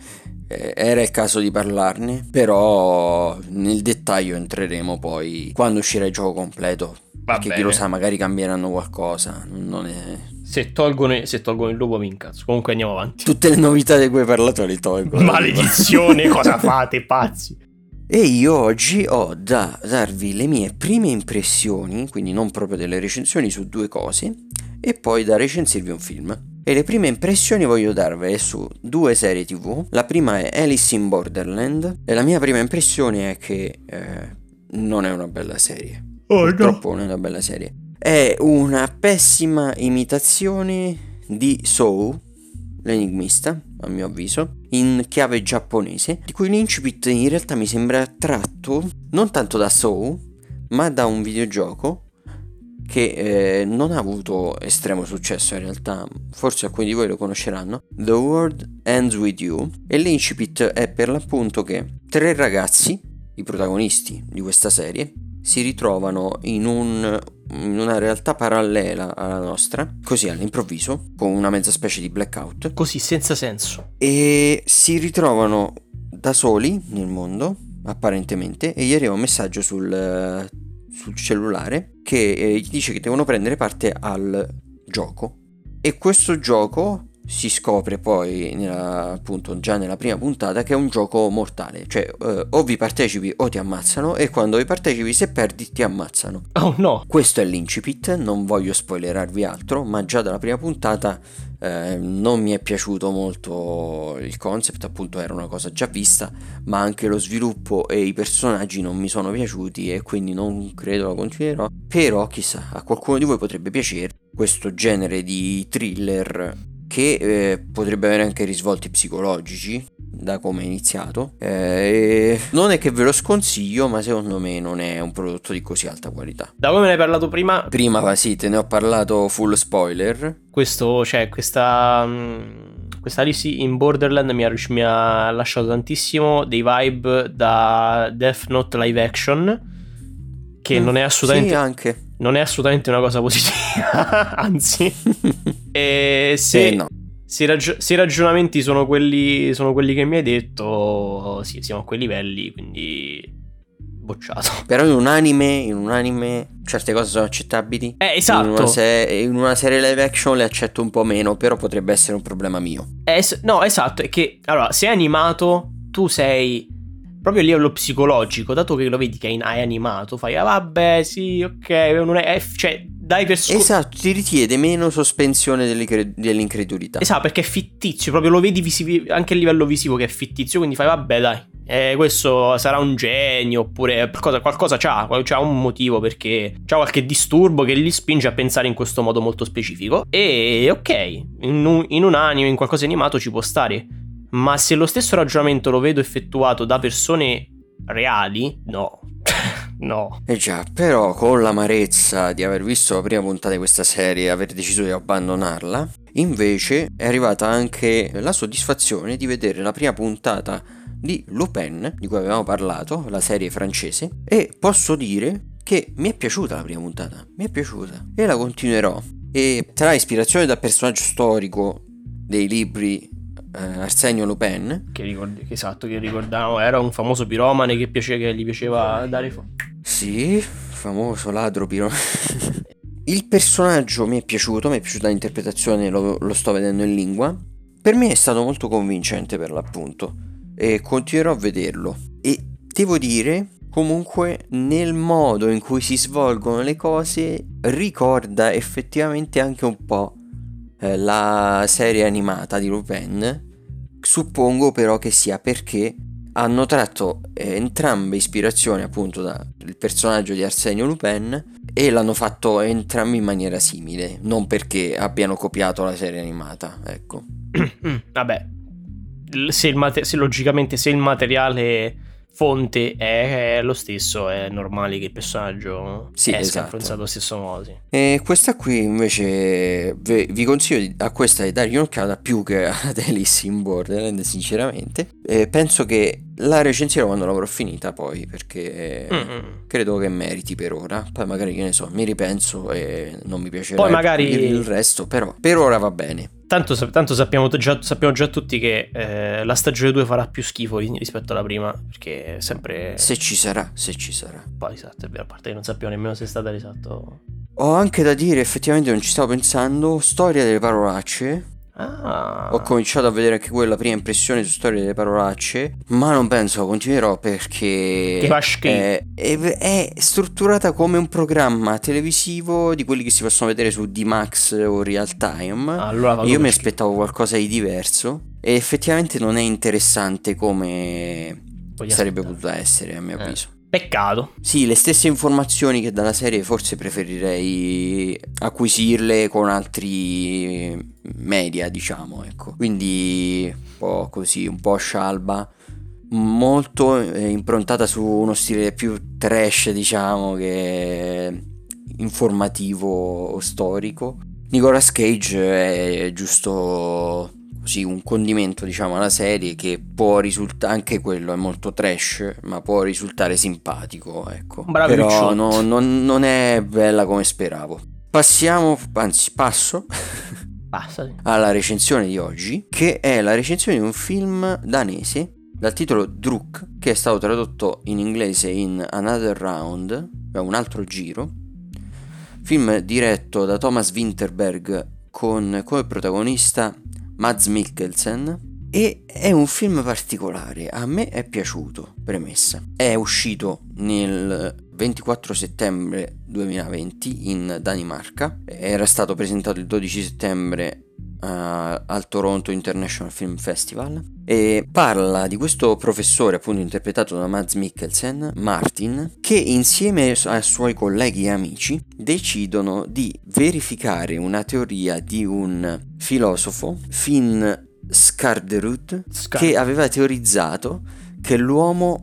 Era il caso di parlarne, però nel dettaglio entreremo poi quando uscirà il gioco completo. Va perché bene. Chi lo sa, magari cambieranno qualcosa. Non è... Se tolgono, se tolgono il lupo mi incazzo. Comunque andiamo avanti. Tutte le novità di cui hai parlato le tolgono. Maledizione, cosa fate, pazzi? E io oggi ho da darvi le mie prime impressioni, quindi non proprio delle recensioni, su due cose, e poi da recensirvi un film. E le prime impressioni voglio darvele su due serie tv. La prima è Alice in Borderland, e la mia prima impressione è che eh, non è una bella serie. Oh, Purtroppo no. non è una bella serie. È una pessima imitazione di Saw, l'enigmista, a mio avviso, in chiave giapponese, di cui l'incipit in realtà mi sembra tratto non tanto da Saw, ma da un videogioco che eh, non ha avuto estremo successo in realtà, forse alcuni di voi lo conosceranno, The World Ends With You, e l'incipit è per l'appunto che tre ragazzi, i protagonisti di questa serie, si ritrovano in, un, in una realtà parallela alla nostra, così all'improvviso, con una mezza specie di blackout. Così, senza senso. E si ritrovano da soli nel mondo, apparentemente, e gli arriva un messaggio sul... sul cellulare che eh, gli dice che devono prendere parte al gioco, e questo gioco si scopre poi nella, appunto già nella prima puntata che è un gioco mortale, cioè eh, o vi partecipi o ti ammazzano, e quando vi partecipi, se perdi, ti ammazzano. Oh no. Questo è l'incipit, non voglio spoilerarvi altro, ma già dalla prima puntata eh, non mi è piaciuto molto il concept, appunto era una cosa già vista, ma anche lo sviluppo e i personaggi non mi sono piaciuti, e quindi non credo lo continuerò. Però chissà, a qualcuno di voi potrebbe piacere questo genere di thriller che eh, potrebbe avere anche risvolti psicologici da come è iniziato. Eh, non è che ve lo sconsiglio, ma secondo me non è un prodotto di così alta qualità. Da come ne hai parlato prima, Prima sì, te ne ho parlato full spoiler. Questo, cioè, questa questa Alice in Borderland mi ha, mi ha lasciato tantissimo dei vibe da Death Note live action, che mm, non è assolutamente sì, anche non è assolutamente una cosa positiva, anzi. E se, eh, no. se, ragio- se i ragionamenti sono quelli sono quelli che mi hai detto, sì, siamo a quei livelli, quindi bocciato. Però in un anime, in un anime certe cose sono accettabili. Eh, esatto. In una, se- in una serie live action le accetto un po' meno, però potrebbe essere un problema mio. Eh, no, esatto, è che allora, se è animato, tu sei proprio a livello psicologico, dato che lo vedi che hai animato, fai ah, vabbè, sì, ok, non è, è cioè dai per scu- esatto, ti richiede meno sospensione dell'incre- dell'incredulità. Esatto, perché è fittizio, proprio lo vedi visivi- anche a livello visivo che è fittizio, quindi fai vabbè, dai, eh, questo sarà un genio, oppure qualcosa, qualcosa c'ha, c'ha un motivo, perché c'ha qualche disturbo che li spinge a pensare in questo modo molto specifico. E ok, in un, in un anime, in qualcosa animato ci può stare. Ma se lo stesso ragionamento lo vedo effettuato da persone reali, no. No. Eh già, però con l'amarezza di aver visto la prima puntata di questa serie e aver deciso di abbandonarla, invece è arrivata anche la soddisfazione di vedere la prima puntata di Lupin, di cui avevamo parlato, la serie francese, e posso dire che mi è piaciuta la prima puntata, mi è piaciuta e la continuerò. E tra ispirazione dal personaggio storico dei libri Uh, Arsenio Lupin, che ricordi, che esatto, che ricordavo, era un famoso piromane che, piace, che gli piaceva dare fuoco. Sì, famoso ladro piro. Il personaggio mi è piaciuto, mi è piaciuta l'interpretazione, lo, lo sto vedendo in lingua. Per me è stato molto convincente per l'appunto e continuerò a vederlo. E devo dire, comunque, nel modo in cui si svolgono le cose, ricorda effettivamente anche un po' eh, la serie animata di Lupin. Suppongo però che sia perché hanno tratto eh, entrambe ispirazioni appunto dal personaggio di Arsenio Lupin e l'hanno fatto entrambi in maniera simile, non perché abbiano copiato la serie animata, ecco. Vabbè, se, il mate- se logicamente se il materiale fonte è, è lo stesso, è normale che il personaggio Sì, esca esatto. influenzato allo stesso modo, sì. E questa qui invece ve- vi consiglio di- a questa di dargli un'occhiata più che ad Alice in Borderland, sinceramente. E penso che la recensirò quando l'avrò finita poi, perché Mm-mm. credo che meriti per ora. Poi magari, che ne so, mi ripenso e non mi piacerà Poi magari- il resto, però per ora va bene. Tanto, tanto sappiamo, già, sappiamo già tutti che eh, la stagione due farà più schifo rispetto alla prima, perché è sempre... Se ci sarà, se ci sarà. Poi esatto, è vero, a parte che non sappiamo nemmeno se è stata esatto. Ho anche da dire, effettivamente non ci stavo pensando, Storia delle parolacce. Ah, Ho cominciato a vedere anche quella prima impressione su Storia delle parolacce, ma non penso continuerò perché Che fa schifo. è, è, è strutturata come un programma televisivo di quelli che si possono vedere su D-Max o Real Time. allora va Io come mi schifo. aspettavo qualcosa di diverso e effettivamente non è interessante come Voglio sarebbe aspettare. potuta essere, a mio Eh. avviso. Peccato. Sì, le stesse informazioni che dalla serie forse preferirei acquisirle con altri media, diciamo, ecco. Quindi un po' così, un po' scialba, molto eh, improntata su uno stile più trash, diciamo, che informativo o storico. Nicolas Cage è giusto così un condimento, diciamo, alla serie che può risultare, anche quello è molto trash, ma può risultare simpatico, ecco. Bravi Però picciotti. no- non, non è bella come speravo. Passiamo, anzi passo Basta. Sì. alla recensione di oggi, che è la recensione di un film danese dal titolo Druk, che è stato tradotto in inglese in Another Round, cioè un altro giro. Film diretto da Thomas Winterberg con come protagonista Mads Mikkelsen, e è un film particolare, a me è piaciuto, premessa. È uscito nel ventiquattro settembre duemilaventi in Danimarca, era stato presentato il dodici settembre uh, al Toronto International Film Festival e parla di questo professore, appunto interpretato da Mads Mikkelsen, Martin, che insieme ai suoi colleghi e amici decidono di verificare una teoria di un filosofo, Finn Skarderud, Scar- che aveva teorizzato che l'uomo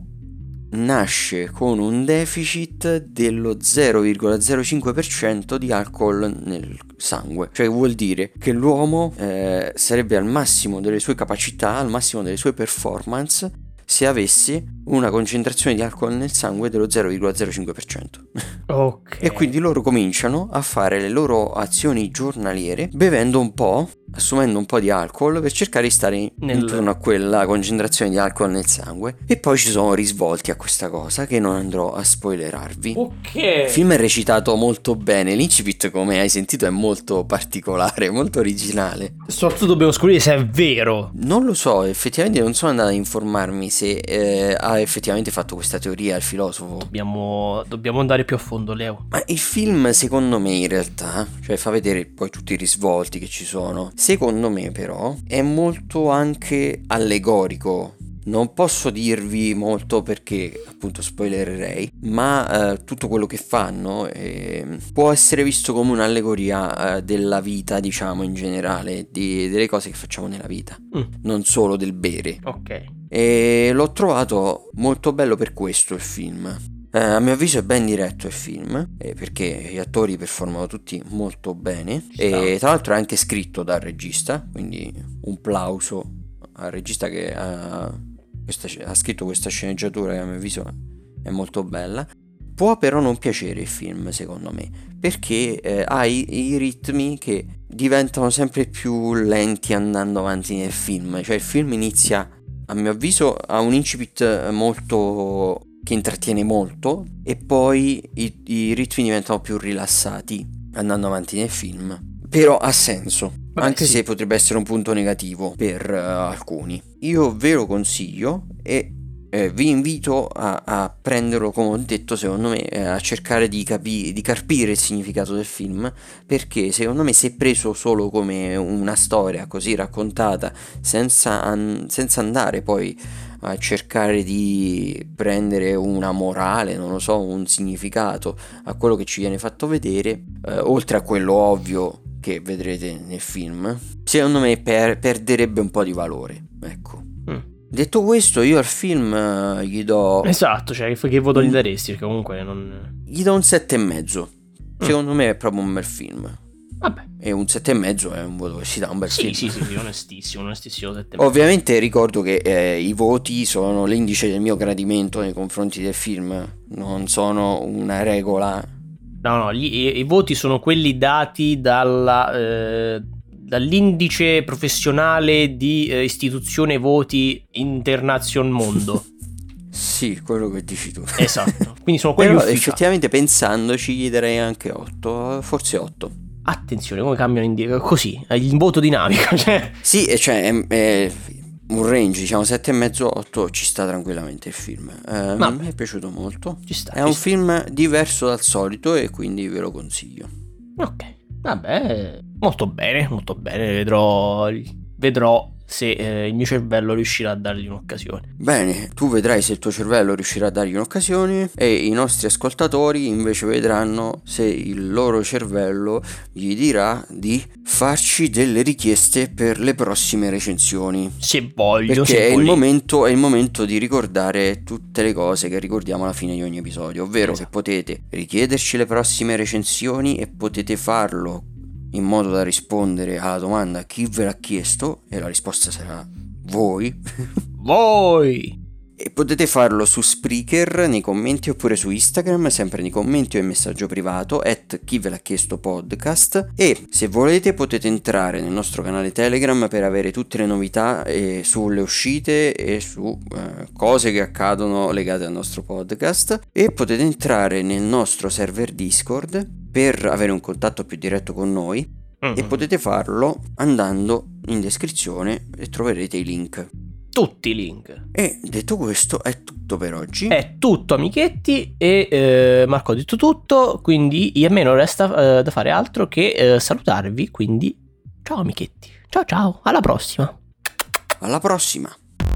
nasce con un deficit dello zero virgola zero cinque per cento di alcol nel sangue, cioè vuol dire che l'uomo eh, sarebbe al massimo delle sue capacità, al massimo delle sue performance se avesse una concentrazione di alcol nel sangue dello zero virgola zero cinque per cento. Ok. E quindi loro cominciano a fare le loro azioni giornaliere bevendo un po', assumendo un po' di alcol per cercare di stare Nel- intorno a quella concentrazione di alcol nel sangue. E poi ci sono risvolti a questa cosa che non andrò a spoilerarvi. Ok. Il film è recitato molto bene, l'incipit, come hai sentito, è molto particolare, molto originale. Soprattutto dobbiamo scoprire se è vero. Non lo so, effettivamente non sono andato a informarmi se eh, ha effettivamente fatto questa teoria il filosofo. Dobbiamo, dobbiamo andare più a fondo, Leo. Ma il film, secondo me, in realtà, cioè fa vedere poi tutti i risvolti che ci sono. Secondo me, però, è molto anche allegorico. Non posso dirvi molto perché appunto spoilererei, ma eh, tutto quello che fanno eh, può essere visto come un'allegoria eh, della vita, diciamo, in generale, di- delle cose che facciamo nella vita, Mm. non solo del bere. Ok. E l'ho trovato molto bello per questo il film. Eh, a mio avviso è ben diretto il film, eh, perché gli attori performano tutti molto bene. Ci E sta. tra l'altro è anche scritto dal regista, quindi un plauso al regista che ha, questa, ha scritto questa sceneggiatura che a mio avviso è molto bella. Può però non piacere il film, secondo me, perché eh, ha i, i ritmi che diventano sempre più lenti andando avanti nel film. Cioè il film inizia, a mio avviso, ha un incipit molto che intrattiene molto, e poi i, i ritmi diventano più rilassati andando avanti nel film. Però ha senso, Vabbè, anche sì. se potrebbe essere un punto negativo per uh, alcuni. Io ve lo consiglio e eh, vi invito a, a prenderlo, come ho detto, secondo me, eh, a cercare di, capi- di carpire il significato del film, perché secondo me, se preso solo come una storia così raccontata, senza, an- senza andare poi a cercare di prendere una morale, non lo so, un significato a quello che ci viene fatto vedere, eh, oltre a quello ovvio che vedrete nel film, secondo me per- perderebbe un po' di valore, ecco. Mm. Detto questo, io al film uh, gli do... Esatto, cioè che, che voto gli daresti? Perché comunque non... Gli do un sette e mezzo. Secondo mm. me è proprio un bel film. Vabbè. E un sette e mezzo è un voto che si dà un bel sì, film. Sì, sì, sì, onestissimo, onestissimo sette e mezzo. Ovviamente ricordo che eh, i voti sono l'indice del mio gradimento nei confronti del film, non sono una regola. No, no, gli, i, i voti sono quelli dati dalla, eh, dall'indice professionale di eh, istituzione voti Internation Mondo. Sì, quello che dici tu. Esatto, quindi sono quelli Però ufficiali. Effettivamente pensandoci gli darei anche otto, forse otto. Attenzione, come cambiano in così, il voto dinamico, cioè. Sì, cioè è, è un range, diciamo sette e mezzo otto, ci sta tranquillamente il film. Eh, Ma mi è piaciuto molto. Ci sta, è ci un sta. film diverso dal solito e quindi ve lo consiglio. Ok, vabbè, molto bene, molto bene, vedrò vedrò se eh, il mio cervello riuscirà a dargli un'occasione. Bene, tu vedrai se il tuo cervello riuscirà a dargli un'occasione e i nostri ascoltatori invece vedranno se il loro cervello gli dirà di farci delle richieste per le prossime recensioni. Se voglio, perché se è, il voglio. momento, è il momento di ricordare tutte le cose che ricordiamo alla fine di ogni episodio, ovvero esatto. che potete richiederci le prossime recensioni e potete farlo in modo da rispondere alla domanda chi ve l'ha chiesto, e la risposta sarà voi. Voi! E potete farlo su Spreaker nei commenti, oppure su Instagram, sempre nei commenti o in messaggio privato at chi ve l'ha chiesto podcast. E se volete potete entrare nel nostro canale Telegram per avere tutte le novità eh, sulle uscite e su eh, cose che accadono legate al nostro podcast, e potete entrare nel nostro server Discord per avere un contatto più diretto con noi. Mm-hmm. E potete farlo andando in descrizione e troverete i link. Tutti i link. E detto questo è tutto per oggi. È tutto, amichetti, e eh, Marco ha detto tutto, quindi a me non resta eh, da fare altro che eh, salutarvi, quindi ciao amichetti, ciao ciao, alla prossima. Alla prossima.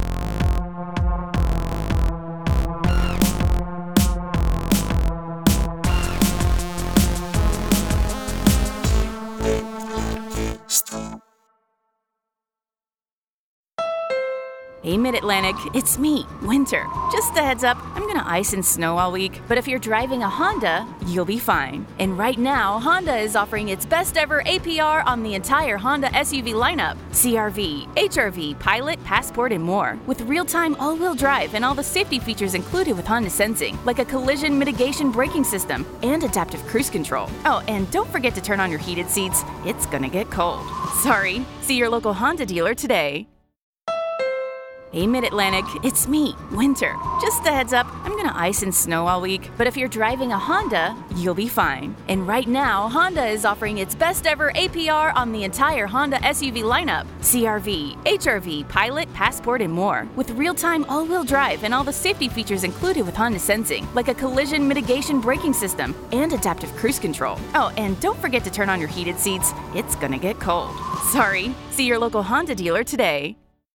Hey, Mid-Atlantic, it's me, Winter. Just a heads up, I'm gonna ice and snow all week, but if you're driving a Honda, you'll be fine. And right now, Honda is offering its best ever A P R on the entire Honda S U V lineup. C R V, H R V, Pilot, Passport, and more. With real-time all-wheel drive and all the safety features included with Honda Sensing, like a collision mitigation braking system and adaptive cruise control. Oh, and don't forget to turn on your heated seats. It's gonna get cold. Sorry. See your local Honda dealer today. Hey, Mid-Atlantic, it's me, Winter. Just a heads up, I'm gonna ice and snow all week, but if you're driving a Honda, you'll be fine. And right now, Honda is offering its best ever A P R on the entire Honda S U V lineup. C R V, H R V, Pilot, Passport, and more. With real-time all-wheel drive and all the safety features included with Honda Sensing, like a collision mitigation braking system and adaptive cruise control. Oh, and don't forget to turn on your heated seats. It's gonna get cold. Sorry. See your local Honda dealer today.